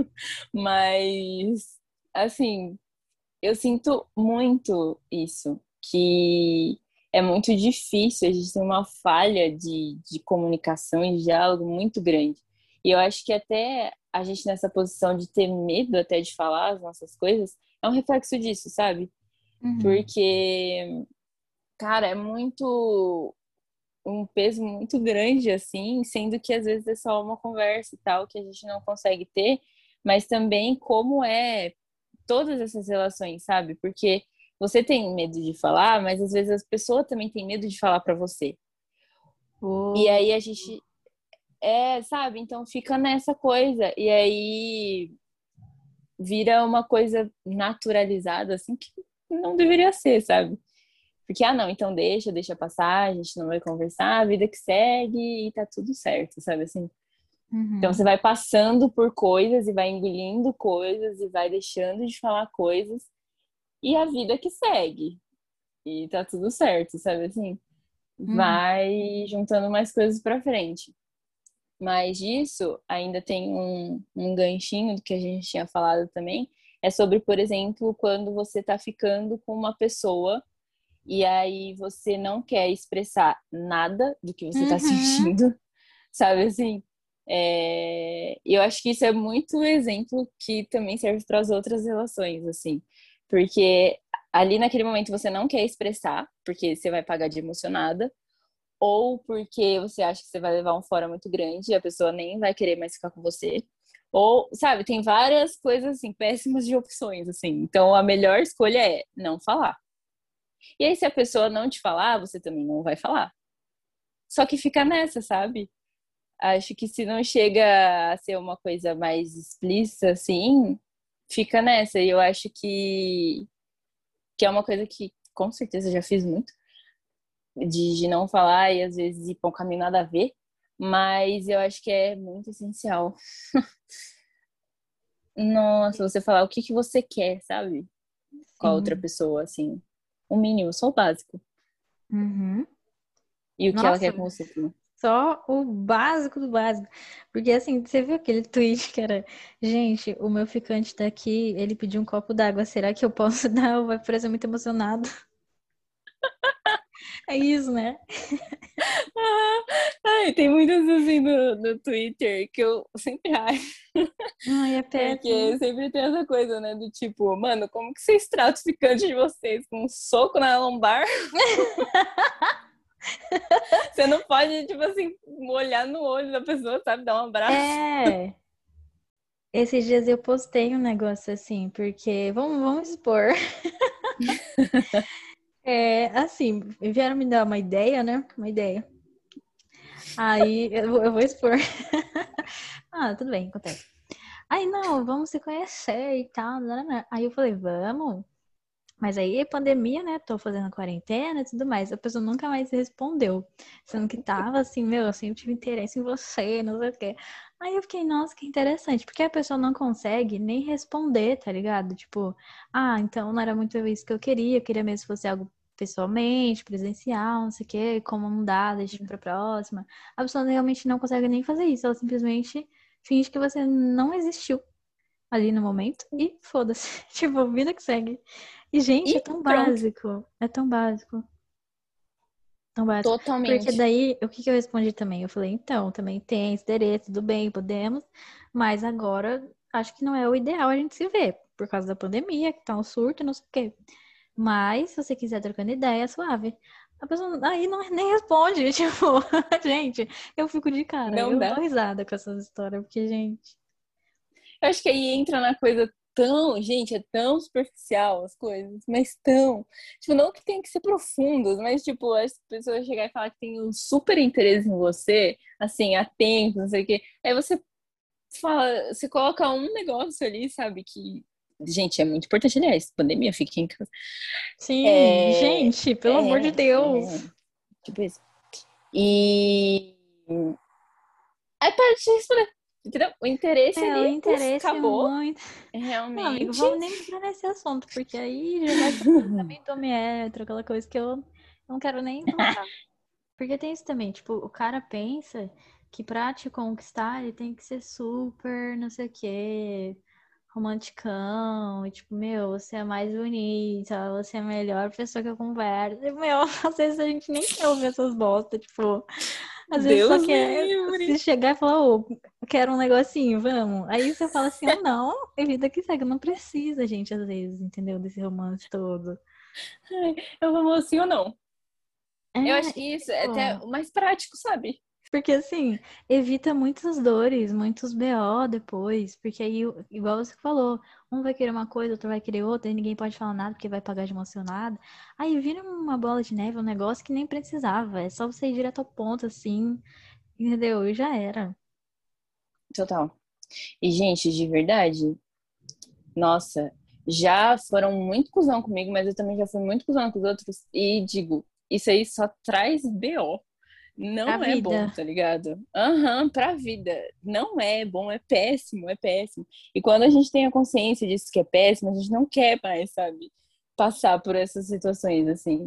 mas assim, eu sinto muito isso, que é muito difícil, a gente tem uma falha de, de comunicação e diálogo muito grande. E eu acho que até a gente nessa posição de ter medo até de falar as nossas coisas é um reflexo disso, sabe? Uhum. Porque, cara, é muito um peso muito grande, assim, sendo que às vezes é só uma conversa e tal que a gente não consegue ter, mas também como é todas essas relações, sabe? Porque você tem medo de falar, mas às vezes as pessoas também têm medo de falar pra você. E Oh. aí a gente é, sabe? Então fica nessa coisa e aí vira uma coisa naturalizada assim que não deveria ser, sabe? Porque, ah, não, então deixa, deixa passar, a gente não vai conversar, a vida que segue e tá tudo certo, sabe assim? Então Uhum. você vai passando por coisas e vai engolindo coisas e vai deixando de falar coisas e a vida que segue. E tá tudo certo, sabe assim? Uhum. Vai juntando mais coisas pra frente. Mas disso ainda tem um, um ganchinho do que a gente tinha falado também. É sobre, por exemplo, quando você tá ficando com uma pessoa e aí você não quer expressar nada do que você tá Uhum. sentindo, sabe assim? É... Eu acho que isso é muito exemplo que também serve para as outras relações, assim, porque ali naquele momento você não quer expressar, porque você vai pagar de emocionada, ou porque você acha que você vai levar um fora muito grande e a pessoa nem vai querer mais ficar com você. Ou, sabe, tem várias coisas assim, péssimas de opções, assim. Então a melhor escolha é não falar. E aí, se a pessoa não te falar, você também não vai falar. Só que fica nessa, sabe? Acho que se não chega a ser uma coisa mais explícita, assim, fica nessa. E eu acho que, que é uma coisa que com certeza já fiz muito, de, de não falar e às vezes ir pra um caminho nada a ver. Mas eu acho que é muito essencial. Nossa, você falar o que, que você quer, sabe? Com a outra Sim. pessoa, assim. O mínimo, só o básico. Uhum. E o que ela Nossa, quer com você também. só o básico do básico. Porque assim, você viu aquele tweet que era, gente, o meu ficante tá aqui, ele pediu um copo d'água, será que eu posso dar? Ou vai parecer muito emocionado? É isso, né? Ah, ai, tem muitas assim no, no Twitter que eu sempre acho. Ai, é Porque péssimo. sempre tem essa coisa, né? Do tipo, mano, como que vocês tratam o ficante de vocês? Com um soco na lombar? Você não pode, tipo assim, olhar no olho da pessoa, sabe? Dar um abraço. É. Esses dias eu postei um negócio assim, porque vamos, vamos expor. É, assim, vieram me dar uma ideia, né? Uma ideia. Aí eu, vou- eu vou expor. Ah, tudo bem, acontece. Aí, não, vamos se conhecer e tal. Né, né, né. Aí eu falei, vamos. Mas aí, pandemia, né? Tô fazendo quarentena e tudo mais. A pessoa nunca mais respondeu. Sendo que tava assim, meu, eu sempre tive interesse em você, não sei o quê. Aí eu fiquei, nossa, que interessante. Porque a pessoa não consegue nem responder, tá ligado? Tipo, ah, então não era muito isso que eu queria. Eu queria mesmo que fosse algo pessoalmente, presencial, não sei o quê. Como não dá, deixa pra próxima. A pessoa realmente não consegue nem fazer isso. Ela simplesmente finge que você não existiu ali no momento e foda-se. Tipo, vida que segue. E, gente, é E tão pronto. básico. É tão básico. Tão básico. Porque Totalmente. daí, o que que eu respondi também? Eu falei, então, também tem esse direito, tudo bem, podemos, mas agora acho que não é o ideal a gente se ver, por causa da pandemia, que tá um surto, não sei o quê. Mas, se você quiser trocando ideia, é suave. A pessoa aí não, nem responde, tipo, gente, eu fico de cara, Não eu dou dá. risada com essas histórias, porque, gente. Eu acho que aí entra na coisa tão, gente, é tão superficial as coisas, mas tão. Tipo, não que tem que ser profundas, mas, tipo, as pessoas chegar e falar que tem um super interesse em você, assim, há tempo, não sei o quê. Aí você fala, você coloca um negócio ali, sabe, que. Gente, é muito importante, aliás, pandemia, fique em casa. Sim, É, gente, pelo amor de é, Deus. é, tipo isso. E. Aí para de responder. Entendeu? O interesse É, o ali, puf, interesse é acabou. muito. Não, amigo, Realmente. vamos nem entrar nesse assunto, porque aí já vai pra pensamento, aquela coisa que eu não quero nem voltar. Porque tem isso também, tipo, o cara pensa que pra te conquistar ele tem que ser super, não sei o quê, romanticão, e tipo, meu, você é mais bonita, você é a melhor pessoa que eu converso. E, meu, às vezes a gente nem quer ouvir essas bostas, tipo, às vezes só Deus me quer se livre. chegar e falar, ô, eu quero um negocinho, vamos. Aí você fala assim, ou não, e vida que segue, não precisa, gente, às vezes, entendeu? Desse romance todo. Ai, eu vou assim ou não. É, Eu acho que e, isso é até tipo, o mais prático, sabe? porque assim, evita muitas dores, muitos B O depois, porque aí, igual você falou, um vai querer uma coisa, outro vai querer outra, e ninguém pode falar nada porque vai pagar de emocionado. Aí vira uma bola de neve, um negócio que nem precisava, é só você ir direto ao ponto, assim, entendeu? E já era. Total. E, gente, de verdade, nossa, já foram muito cuzão comigo, mas eu também já fui muito cuzão com os outros. E digo, isso aí só traz B O. A Não é bom, vida. tá ligado? Aham, pra vida. Não é bom, é péssimo, é péssimo. E quando a gente tem a consciência disso que é péssimo, a gente não quer mais, sabe? Passar por essas situações, assim.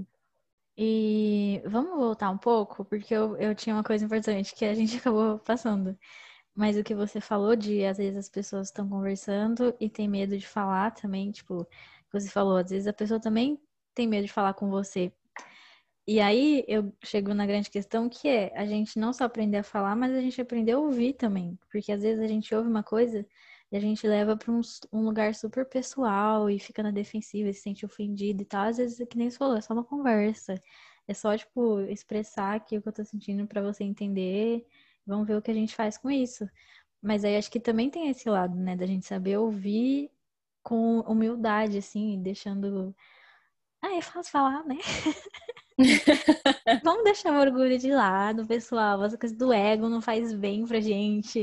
E vamos voltar um pouco, porque eu, eu tinha uma coisa importante que a gente acabou passando. Mas o que você falou de, às vezes, as pessoas estão conversando e tem medo de falar também, tipo, você falou, às vezes a pessoa também tem medo de falar com você. E aí eu chego na grande questão que é a gente não só aprender a falar, mas a gente aprender a ouvir também. Porque às vezes a gente ouve uma coisa e a gente leva para um, um lugar super pessoal e fica na defensiva e se sente ofendido e tal. Às vezes, é que nem você falou, é só uma conversa. É só, tipo, expressar aqui o que eu tô sentindo para você entender. Vamos ver o que a gente faz com isso. Mas aí acho que também tem esse lado, né, da gente saber ouvir com humildade, assim, deixando. Ah, é fácil falar, né? Vamos deixar o orgulho de lado, pessoal. Essa coisa do ego não faz bem pra gente.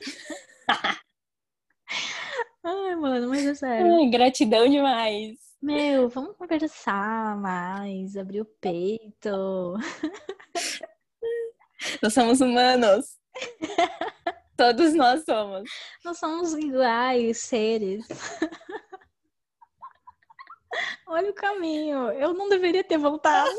Ai, mano, mas é sério. Ai, gratidão demais. Meu, vamos conversar mais, abrir o peito. Nós somos humanos. Todos nós somos. Nós somos iguais seres. Olha o caminho. Eu não deveria ter voltado.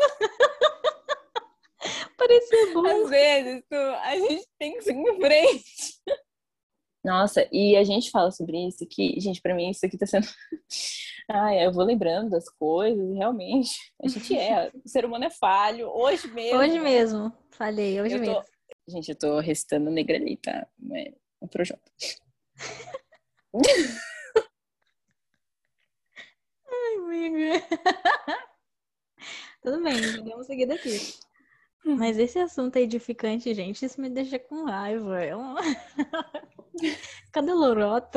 Parecia bom. Às vezes, tu, a gente tem que seguir em frente. Nossa, e a gente fala sobre isso aqui. Gente, pra mim isso aqui tá sendo. Ai, eu vou lembrando das coisas, e realmente. A gente é. O ser humano é falho. Hoje Hoje mesmo. mesmo. Falei, hoje Eu tô. mesmo. Gente, eu tô recitando Negra ali, tá? Não é um projeto. Ai, amiga. Tudo bem, podemos seguir daqui. Mas esse assunto é edificante, gente, isso me deixa com raiva. É uma... Cadê a lorota?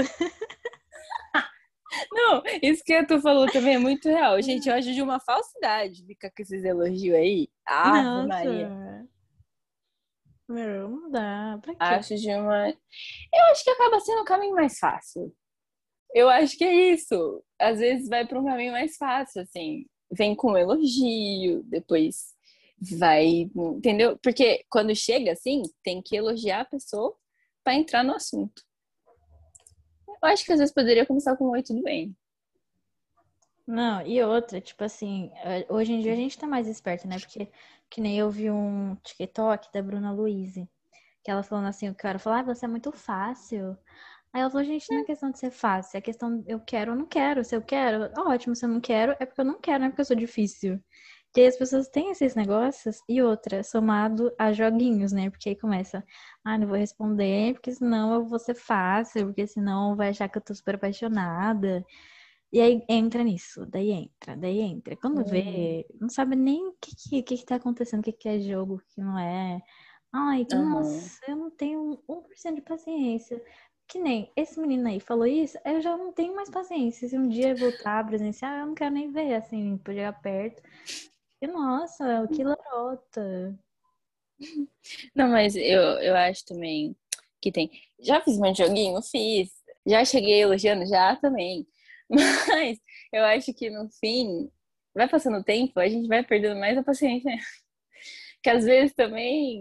Não, isso que tu falou também é muito real. Gente, eu acho de uma falsidade ficar com esses elogios aí. Ave Maria. Nossa, meu, não dá. Pra quê? Acho de uma. Eu acho que acaba sendo o caminho mais fácil. Eu acho que é isso. Às vezes vai para um caminho mais fácil, assim. Vem com um elogio, depois vai. Entendeu? Porque quando chega assim, tem que elogiar a pessoa para entrar no assunto. Eu acho que às vezes poderia começar com um oi, tudo bem. Não, e outra, tipo assim, eh, hoje em dia a gente tá mais esperto, né? Porque que nem eu vi um TikTok da Bruna Luiz, que ela falando assim, o cara falou, ah, você é muito fácil. Aí ela falou, gente, não é questão de ser fácil, é questão eu quero ou não quero. Se eu quero, ótimo, se eu não quero, é porque eu não quero, não é porque eu sou difícil. E aí as pessoas têm esses negócios, e outra, somado a joguinhos, né? Porque aí começa, ah, não vou responder, porque senão eu vou ser fácil, porque senão vai achar que eu tô super apaixonada. E aí entra nisso, daí entra, daí entra. Quando Uhum. vê, não sabe nem o que, que, que que tá acontecendo, o que, que é jogo, o que não é. Ai, Aham. nossa, eu não tenho um por cento de paciência. Que nem esse menino aí falou isso, eu já não tenho mais paciência. Se um dia eu voltar presencial, eu não quero nem ver, assim, por chegar perto. E nossa, que larota. Não, mas eu, eu acho também que tem. Já fiz meu joguinho? Fiz. Já cheguei elogiando? Já também. Mas eu acho que no fim, vai passando o tempo, a gente vai perdendo mais a paciência, né? Que às vezes também.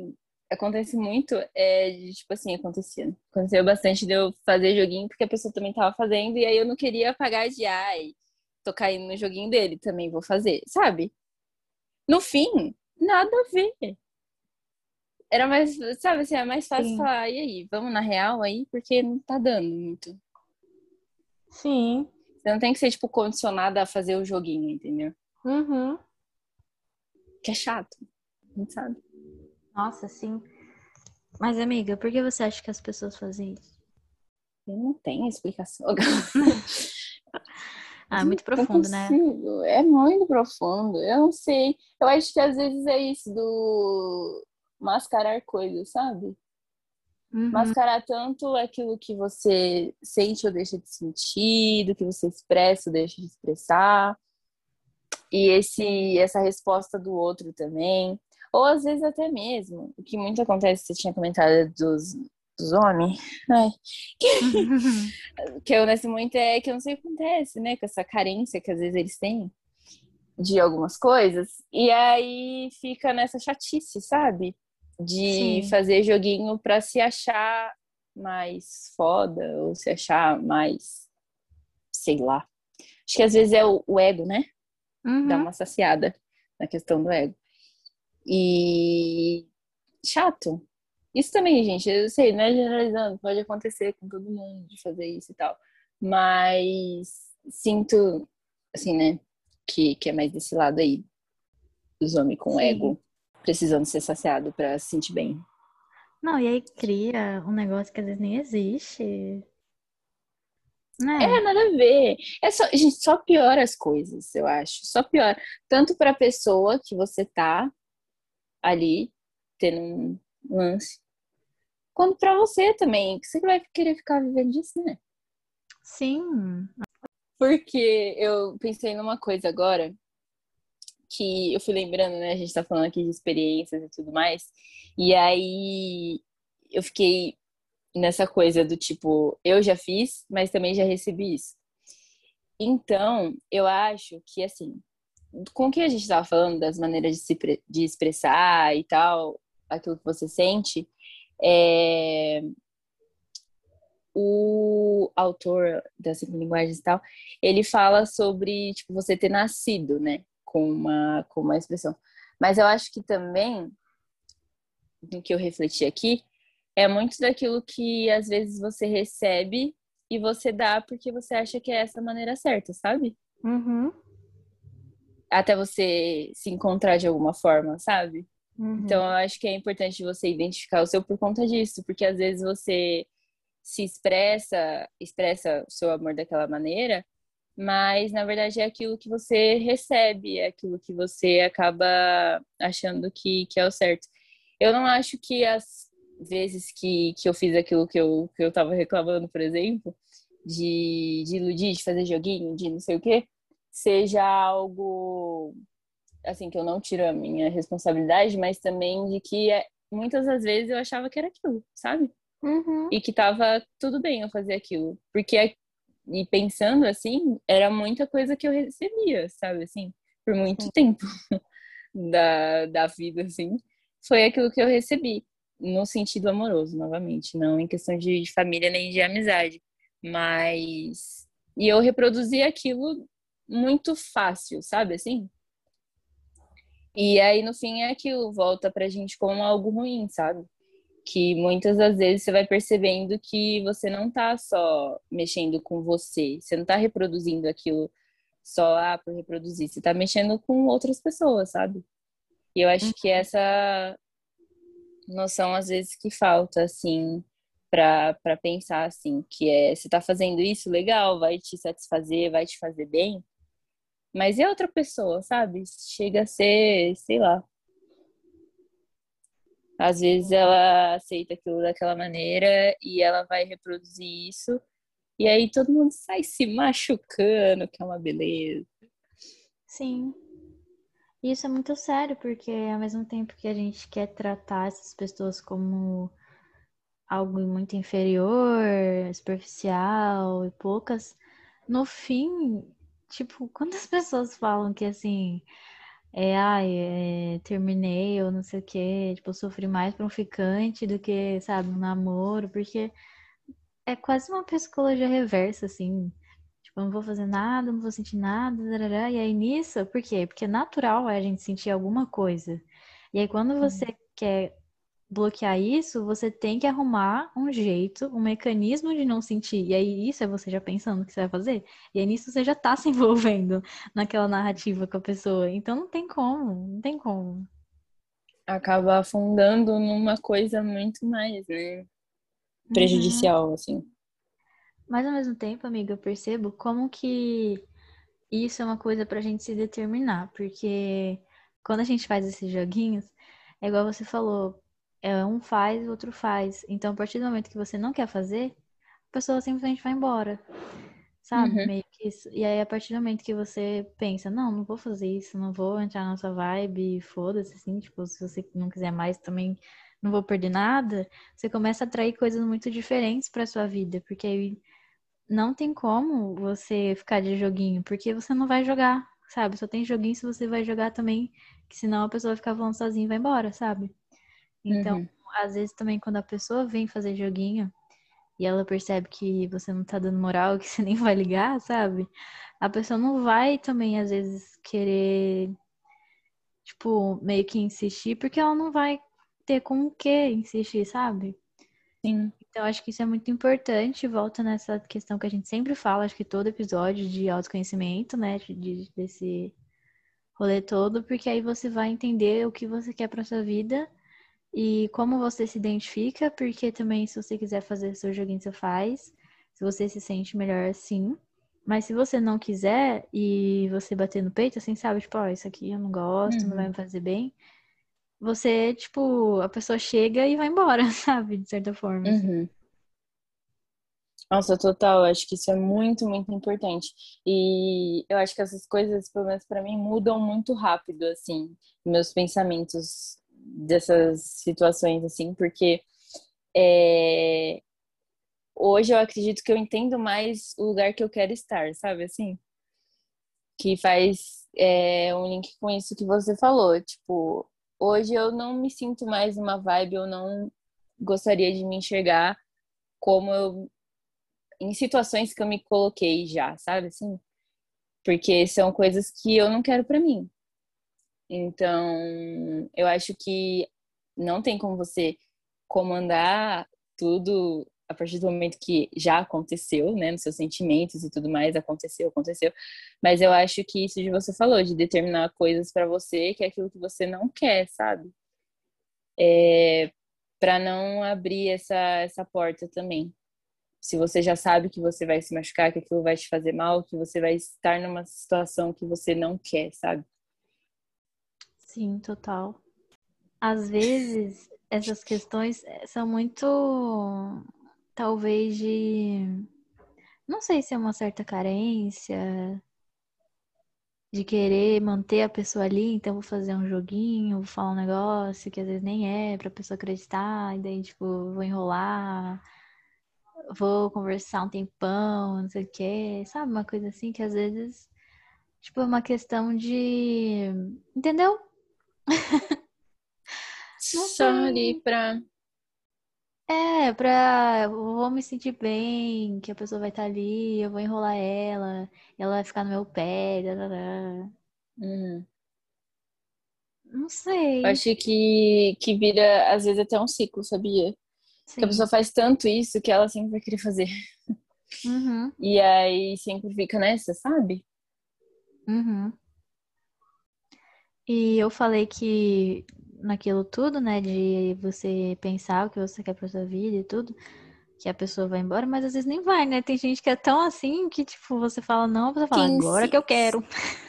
acontece muito, é, de, tipo assim, acontecia. Aconteceu bastante de eu fazer joguinho, porque a pessoa também tava fazendo, e aí eu não queria pagar de, ai, tô caindo no joguinho dele, também vou fazer, sabe? No fim, nada a ver. Era mais, sabe assim, é mais fácil Sim. falar, e aí, vamos na real aí, porque não tá dando muito. Sim. Você não tem que ser, tipo, condicionada a fazer o joguinho, entendeu? Uhum. Que é chato, a gente sabe. Nossa, sim. Mas, amiga, por que você acha que as pessoas fazem isso? Eu não tenho explicação. Ah, é muito Não profundo, né? consigo. É muito profundo. Eu não sei. Eu acho que às vezes é isso do mascarar coisas, sabe? Uhum. Mascarar tanto aquilo que você sente ou deixa de sentir, do que você expressa ou deixa de expressar, e esse essa resposta do outro também. Ou às vezes até mesmo, o que muito acontece, você tinha comentado dos, dos homens, ai, que eu nesse muito é que eu não sei o que acontece, né? Com essa carência que às vezes eles têm de algumas coisas, e aí fica nessa chatice, sabe? De Sim. fazer joguinho pra se achar mais foda, ou se achar mais, sei lá. Acho que às vezes é o, o ego, né? Dá Uhum. uma saciada na questão do ego. E chato. Isso também, gente, eu sei, não é generalizando, pode acontecer com todo mundo de fazer isso e tal. Mas sinto, assim, né, que, que é mais desse lado aí, dos homens com Sim. ego precisando ser saciado pra se sentir bem. Não, e aí cria um negócio que às vezes nem existe, É, né? nada a ver. É só, gente, só piora as coisas, eu acho. Só piora. Tanto pra pessoa que você tá ali, tendo um lance, quanto pra você também, que você vai querer ficar vivendo disso, né? Sim. Porque eu pensei numa coisa agora, que eu fui lembrando, né? A gente tá falando aqui de experiências e tudo mais. E aí eu fiquei nessa coisa do tipo, eu já fiz, mas também já recebi isso. Então, eu acho que, assim, com o que a gente estava falando, das maneiras de se de expressar e tal, aquilo que você sente, é, o autor das cinco linguagens e tal, ele fala sobre, tipo, você ter nascido, né, com uma, com uma expressão. Mas eu acho que também, do que eu refleti aqui, é muito daquilo que às vezes você recebe e você dá porque você acha que é essa maneira certa, sabe? Uhum. Até você se encontrar de alguma forma, sabe? Então, Uhum. eu acho que é importante você identificar o seu por conta disso, porque às vezes você se expressa, expressa o seu amor daquela maneira, mas na verdade é aquilo que você recebe, é aquilo que você acaba achando que, que é o certo. Eu não acho que as vezes que, que eu fiz aquilo que eu, que eu tava reclamando, por exemplo, de, de iludir, de fazer joguinho, de não sei o quê, seja algo assim que eu não tiro a minha responsabilidade, mas também de que é, muitas das vezes eu achava que era aquilo, sabe? Uhum. E que tava tudo bem eu fazer aquilo, porque e pensando assim, era muita coisa que eu recebia, sabe assim, por muito Sim. tempo da, da vida assim, foi aquilo que eu recebi no sentido amoroso, novamente, não em questão de, de família nem de amizade, mas e eu reproduzi aquilo muito fácil, sabe assim? E aí, no fim, é aquilo, volta pra gente como algo ruim, sabe? Que muitas das vezes você vai percebendo que você não tá só mexendo com você, você não tá reproduzindo aquilo só ah, por reproduzir, você tá mexendo com outras pessoas, sabe? E eu acho que essa noção, às vezes, que falta, assim, pra, pra pensar, assim, que é, você tá fazendo isso, legal, vai te satisfazer, vai te fazer bem, mas é outra pessoa, sabe? Chega a ser, sei lá. Às vezes ela aceita aquilo daquela maneira e ela vai reproduzir isso. E aí todo mundo sai se machucando, que é uma beleza. Sim. E isso é muito sério, porque ao mesmo tempo que a gente quer tratar essas pessoas como algo muito inferior, superficial e poucas, no fim, tipo, quantas pessoas falam que assim, é, ai, é, terminei ou não sei o quê. Tipo, eu sofri mais pra um ficante do que, sabe, um namoro, porque é quase uma psicologia reversa, assim. Tipo, eu não vou fazer nada, não vou sentir nada, tarará. E aí nisso, por quê? Porque é natural é a gente sentir alguma coisa. E aí quando você quer bloquear isso, você tem que arrumar um jeito, um mecanismo de não sentir. E aí isso é você já pensando o que você vai fazer. E aí nisso você já tá se envolvendo naquela narrativa com a pessoa. Então não tem como, não tem como. Acaba afundando numa coisa muito mais, né, Uhum. prejudicial, assim. Mas ao mesmo tempo, amiga, eu percebo como que isso é uma coisa pra gente se determinar, porque quando a gente faz esses joguinhos, é igual você falou, é um faz, o outro faz. Então, a partir do momento que você não quer fazer, a pessoa simplesmente vai embora, sabe? Uhum, Meio que isso. E aí, a partir do momento que você pensa, não, não vou fazer isso, não vou entrar na sua vibe, foda-se, assim, tipo, se você não quiser mais, também não vou perder nada, você começa a atrair coisas muito diferentes pra sua vida, porque aí não tem como você ficar de joguinho, porque você não vai jogar, sabe? Só tem joguinho se você vai jogar também, que senão a pessoa vai ficar falando sozinha e vai embora, sabe? Então, uhum, às vezes também quando a pessoa vem fazer joguinho e ela percebe que você não tá dando moral, que você nem vai ligar, sabe? A pessoa não vai também, às vezes, querer, tipo, meio que insistir, porque ela não vai ter com o que insistir, sabe? sim. Então, acho que isso é muito importante. Volta nessa questão que a gente sempre fala, acho que todo episódio de autoconhecimento, né? De, de- desse rolê todo, porque aí você vai entender o que você quer para sua vida e como você se identifica, porque também, se você quiser fazer seu joguinho, você faz. Se você se sente melhor assim. Mas se você não quiser e você bater no peito, assim, sabe? Tipo, ó, isso aqui eu não gosto, não vai Uhum, me fazer bem. Você, tipo, a pessoa chega e vai embora, sabe? De certa forma, assim. uhum. Nossa, total, acho que isso é muito, muito importante. E eu acho que essas coisas, pelo menos pra mim, mudam muito rápido, assim, meus pensamentos dessas situações, assim, porque é, hoje eu acredito que eu entendo mais o lugar que eu quero estar, sabe, assim? Que faz é, um link com isso que você falou. Tipo, hoje eu não me sinto mais numa vibe, eu não gostaria de me enxergar como eu, em situações que eu me coloquei já, sabe, assim? Porque são coisas que eu não quero pra mim. Então, eu acho que não tem como você comandar tudo a partir do momento que já aconteceu, né, nos seus sentimentos e tudo mais, aconteceu, aconteceu. Mas eu acho que isso de você falou, de determinar coisas pra você, que é aquilo que você não quer, sabe? Pra não abrir essa essa porta também. Se você já sabe que você vai se machucar, que aquilo vai te fazer mal, que você vai estar numa situação que você não quer, sabe? Sim, total. Às vezes, essas questões eh, são muito, talvez, de. Não sei se é uma certa carência, de querer manter a pessoa ali, então vou fazer um joguinho, vou falar um negócio que às vezes nem é pra pessoa acreditar, e daí, tipo, vou enrolar, vou conversar um tempão, não sei o quê, sabe? Uma coisa assim que às vezes, tipo, é uma questão de. Entendeu? Não Só ali sei. pra. É, pra. Eu vou me sentir bem, que a pessoa vai estar ali, eu vou enrolar ela, ela vai ficar no meu pé, dadadá. Uhum. Não sei. Acho que, que vira, às vezes, até um ciclo, sabia? Que a pessoa Sim. faz tanto isso que ela sempre vai querer fazer. Uhum, E aí sempre fica nessa, sabe? uhum. E eu falei que naquilo tudo, né, de você pensar o que você quer pra sua vida e tudo, que a pessoa vai embora, mas às vezes nem vai, né? Tem gente que é tão assim que, tipo, você fala não, a pessoa fala, Sim, agora que sim. eu quero,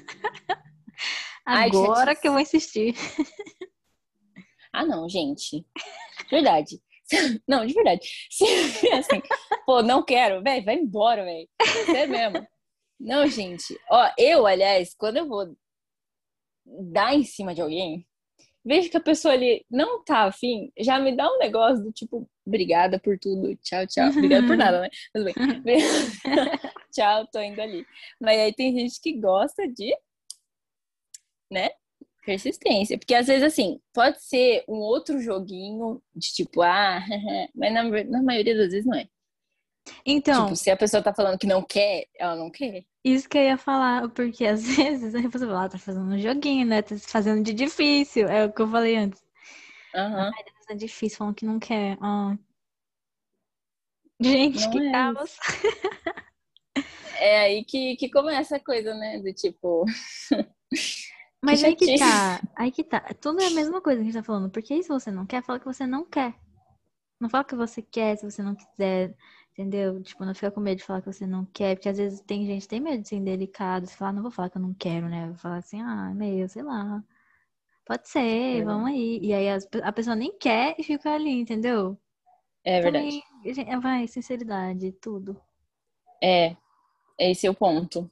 Ai, que agora que eu chatice. vou insistir. Ah, não, gente. De verdade. Não, de verdade. Se assim, pô, não quero, velho, vai embora, velho. Sério mesmo. Não, gente. Ó, eu, aliás, quando eu vou dar em cima de alguém, vejo que a pessoa ali não tá afim, já me dá um negócio do tipo, obrigada por tudo, tchau, tchau. Obrigada por nada, né? Tudo bem. Tchau, tô indo ali. Mas aí tem gente que gosta de, né? Persistência. Porque às vezes, assim, pode ser um outro joguinho de tipo, ah, mas na, na maioria das vezes não é. Tipo, Então, se a pessoa tá falando que não quer, ela não quer. isso que eu ia falar, porque às vezes a pessoa fala, ah, tá fazendo um joguinho, né? Tá se fazendo de difícil. É o que eu falei antes. Aham. Ai, tá fazendo difícil, falando que não quer. Ah. Gente, Não que é isso. caos. É aí que, que começa a coisa, né? Do tipo, que Mas aí que chatice. tá, aí que tá. Tudo é a mesma coisa que a gente tá falando. Porque se você não quer, fala que você não quer. Não fala que você quer se você não quiser, entendeu? Tipo, não fica com medo de falar que você não quer, porque às vezes tem gente que tem medo de ser indelicado. Você fala, "Ah, não vou falar que eu não quero, né? Vou falar assim, ah, meio, sei lá. Pode ser, É vamos verdade. aí. E aí as- a pessoa nem quer e fica ali, entendeu? É Também, verdade. gente, vai, sinceridade, tudo. É, esse é o ponto.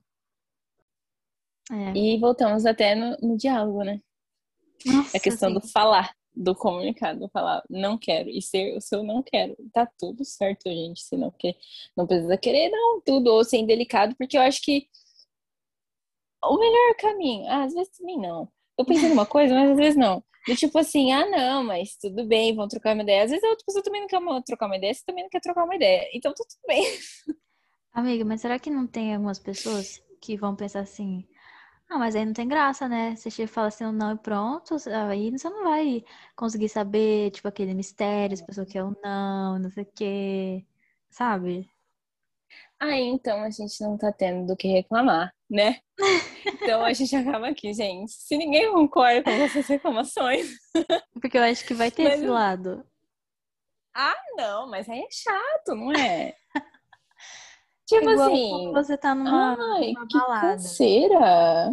É. E voltamos até no, no diálogo, né? A Nossa, questão assim, do falar, do comunicado, falar não quero e ser o seu não quero. Tá tudo certo, gente. Se não quer, não precisa querer, não, tudo, ou ser indelicado, porque eu acho que o melhor caminho, ah, às vezes também não. Eu pensei numa coisa, mas às vezes não. Do tipo assim, ah, não, mas tudo bem, vão trocar uma ideia. Às vezes a outra pessoa também não quer uma- trocar uma ideia, você também não quer trocar uma ideia. Então tá tudo bem. amiga, mas será que não tem algumas pessoas que vão pensar assim? Ah, mas aí não tem graça, né? Você chega e fala assim, um não e pronto, aí você não vai conseguir saber, tipo, aquele mistério, se a pessoa quer ou não, não sei o quê, sabe? Aí então a gente não tá tendo do que reclamar, né? Então a gente acaba aqui, gente. Se ninguém concorda com nossas reclamações, Porque eu acho que vai ter mas esse lado. ah, não, mas aí é chato, não é? É Tipo igual quando assim, você tá numa, ai, numa que balada. canseira.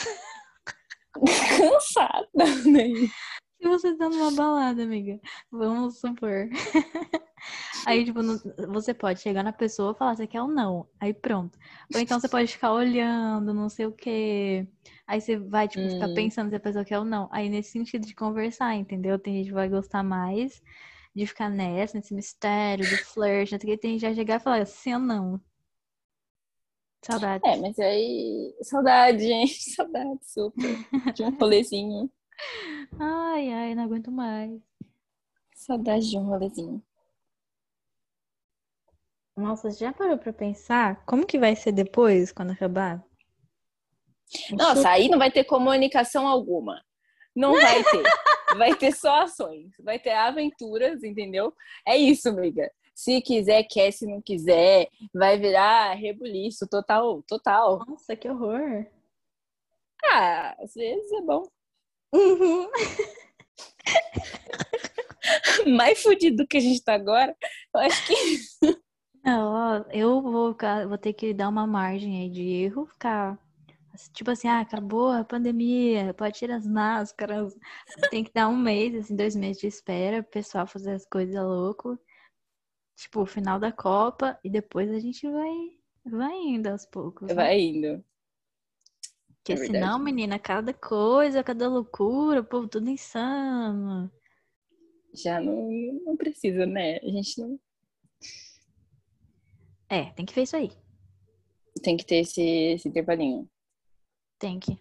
Cansada, né? Se você tá numa balada, amiga, vamos supor. Aí, tipo, não- você pode chegar na pessoa e falar, você quer ou não. Aí pronto. Ou então você pode ficar olhando, não sei o quê. Aí você vai, tipo, ficar Hum, pensando se a pessoa quer ou não. Aí nesse sentido de conversar, entendeu? Tem gente que vai gostar mais de ficar nessa, nesse mistério do flirt, até que tem gente que vai chegar e falar sim ou não. é, Saudades. mas aí, saudade, gente, saudade super de um rolezinho. Ai, ai, não aguento mais. Saudade de um rolezinho. Nossa, você já parou pra pensar como que vai ser depois, quando acabar? O Nossa, surto. aí não vai ter comunicação alguma. Não vai ter. Vai ter só ações. Vai ter aventuras, entendeu? É isso, amiga. Se quiser, quer. Se não quiser, vai virar rebuliço total, total. Nossa, que horror. Ah, às vezes é bom. Uhum. Mais fudido do que a gente tá agora, eu acho que. Não, ó, eu vou, ficar- vou ter que dar uma margem aí de erro, ficar tipo assim, ah, acabou a pandemia, pode tirar as máscaras. Tem que dar um mês, assim, dois meses de espera, pro pessoal fazer as coisas louco, tipo, o final da Copa, e depois a gente vai, vai indo aos poucos, né? Vai indo. É Porque senão, verdade. menina, cada coisa, cada loucura, o povo tudo insano. Já não, não precisa, né? A gente não É, tem que ver isso aí. tem que ter esse, esse intervalinho. Tem que.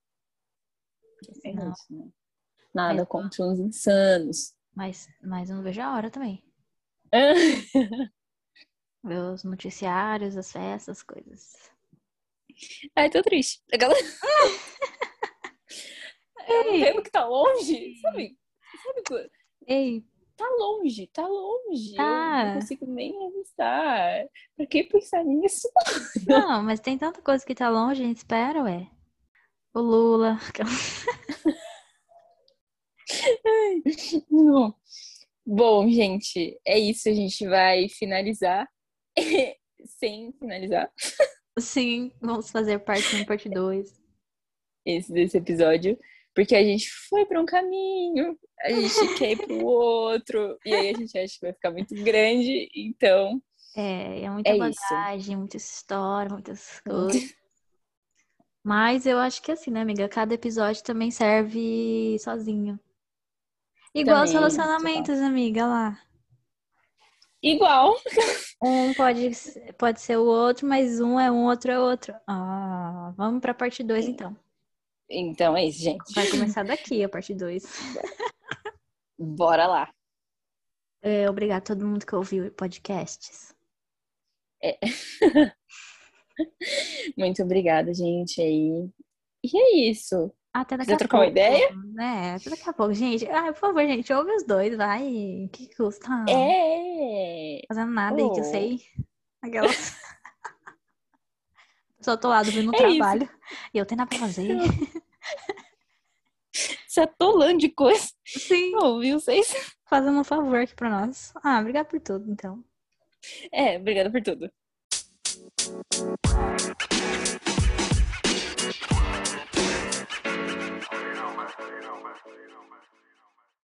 É Senão, isso, né? mas, Nada contra uns insanos. mas, mas eu não vejo a hora também. Ver os noticiários, as festas, as coisas. Ai, tô triste. Aquela- Eu vendo Ei, que tá longe, sabe? Sabe? que- ei, Tá longe, tá longe. Eu não tá. consigo nem avistar. Pra que pensar nisso? Não, mas tem tanta coisa que tá longe, a gente espera, ué. O Lula. Não. Bom, gente, é isso. A gente vai finalizar. Sem finalizar Sim, vamos fazer parte um, parte dois. esse desse episódio, porque a gente foi para um caminho, a gente quer ir para o outro, e aí a gente acha que vai ficar muito grande, então É, é muita é isso. bagagem, muita história, muitas coisas. Mas eu acho que assim, né, amiga? Cada episódio também serve sozinho. Igual os Também, total. relacionamentos, amiga, lá. Igual. Um pode, pode ser o outro, mas um é um, outro é outro. Ah, vamos pra parte dois então. Então é isso, gente. Vai começar daqui a parte dois. Bora lá. É, obrigado a todo mundo que ouviu podcasts. É. Muito obrigada, gente. Aí. E é isso. Até daqui Quiser a trocar pouco. uma ideia? Né? Até daqui a pouco, gente. Ah, por favor, gente, ouve os dois, vai. O que custa? É. Fazendo nada aí que eu Oh. sei. Aquelas. Só tô lá no É isso. trabalho. E eu tenho nada pra fazer. Se atolando de coisa. Sim. Ouviu vocês? Fazendo um favor aqui pra nós. Ah, obrigado por tudo, então. É, obrigada por tudo.